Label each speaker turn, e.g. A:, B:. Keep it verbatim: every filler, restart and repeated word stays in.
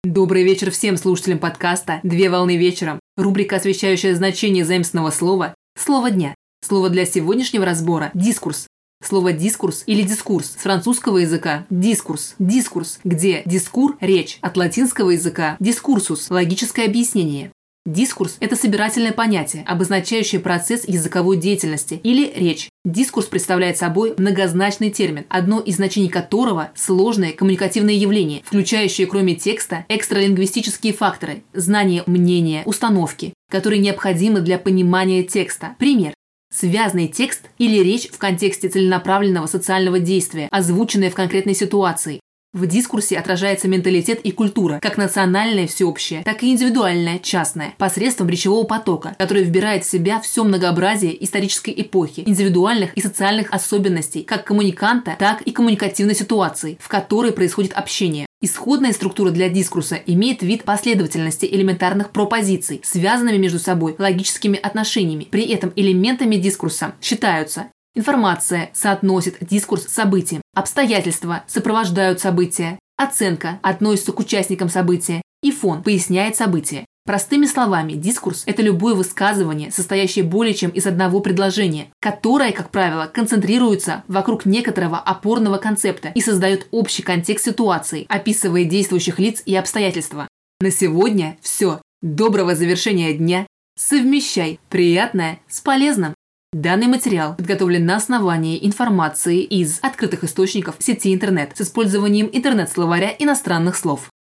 A: Добрый вечер всем слушателям подкаста «Две волны вечером». Рубрика, освещающая значение заимственного слова «Слово дня». Слово для сегодняшнего разбора – дискурс. Слово «дискурс» или «дискурс» с французского языка – дискурс, дискурс, где дискур – речь, от латинского языка – дискурсус – логическое объяснение. Дискурс – это собирательное понятие, обозначающее процесс языковой деятельности или речь. Дискурс представляет собой многозначный термин, одно из значений которого – сложное коммуникативное явление, включающее кроме текста экстралингвистические факторы – знание, мнения, установки, которые необходимы для понимания текста. Пример. Связанный текст или речь в контексте целенаправленного социального действия, озвученная в конкретной ситуации. В дискурсе отражается менталитет и культура, как национальное всеобщее, так и индивидуальное, частное, посредством речевого потока, который вбирает в себя все многообразие исторической эпохи, индивидуальных и социальных особенностей, как коммуниканта, так и коммуникативной ситуации, в которой происходит общение. Исходная структура для дискурса имеет вид последовательности элементарных пропозиций, связанными между собой логическими отношениями. При этом элементами дискурса считаются: информация соотносит дискурс с событием, обстоятельства сопровождают события, оценка относится к участникам события и фон поясняет события. Простыми словами, дискурс – это любое высказывание, состоящее более чем из одного предложения, которое, как правило, концентрируется вокруг некоторого опорного концепта и создает общий контекст ситуации, описывая действующих лиц и обстоятельства. На сегодня все. Доброго завершения дня. Совмещай приятное с полезным. Данный материал подготовлен на основании информации из открытых источников сети интернет с использованием интернет-словаря иностранных слов.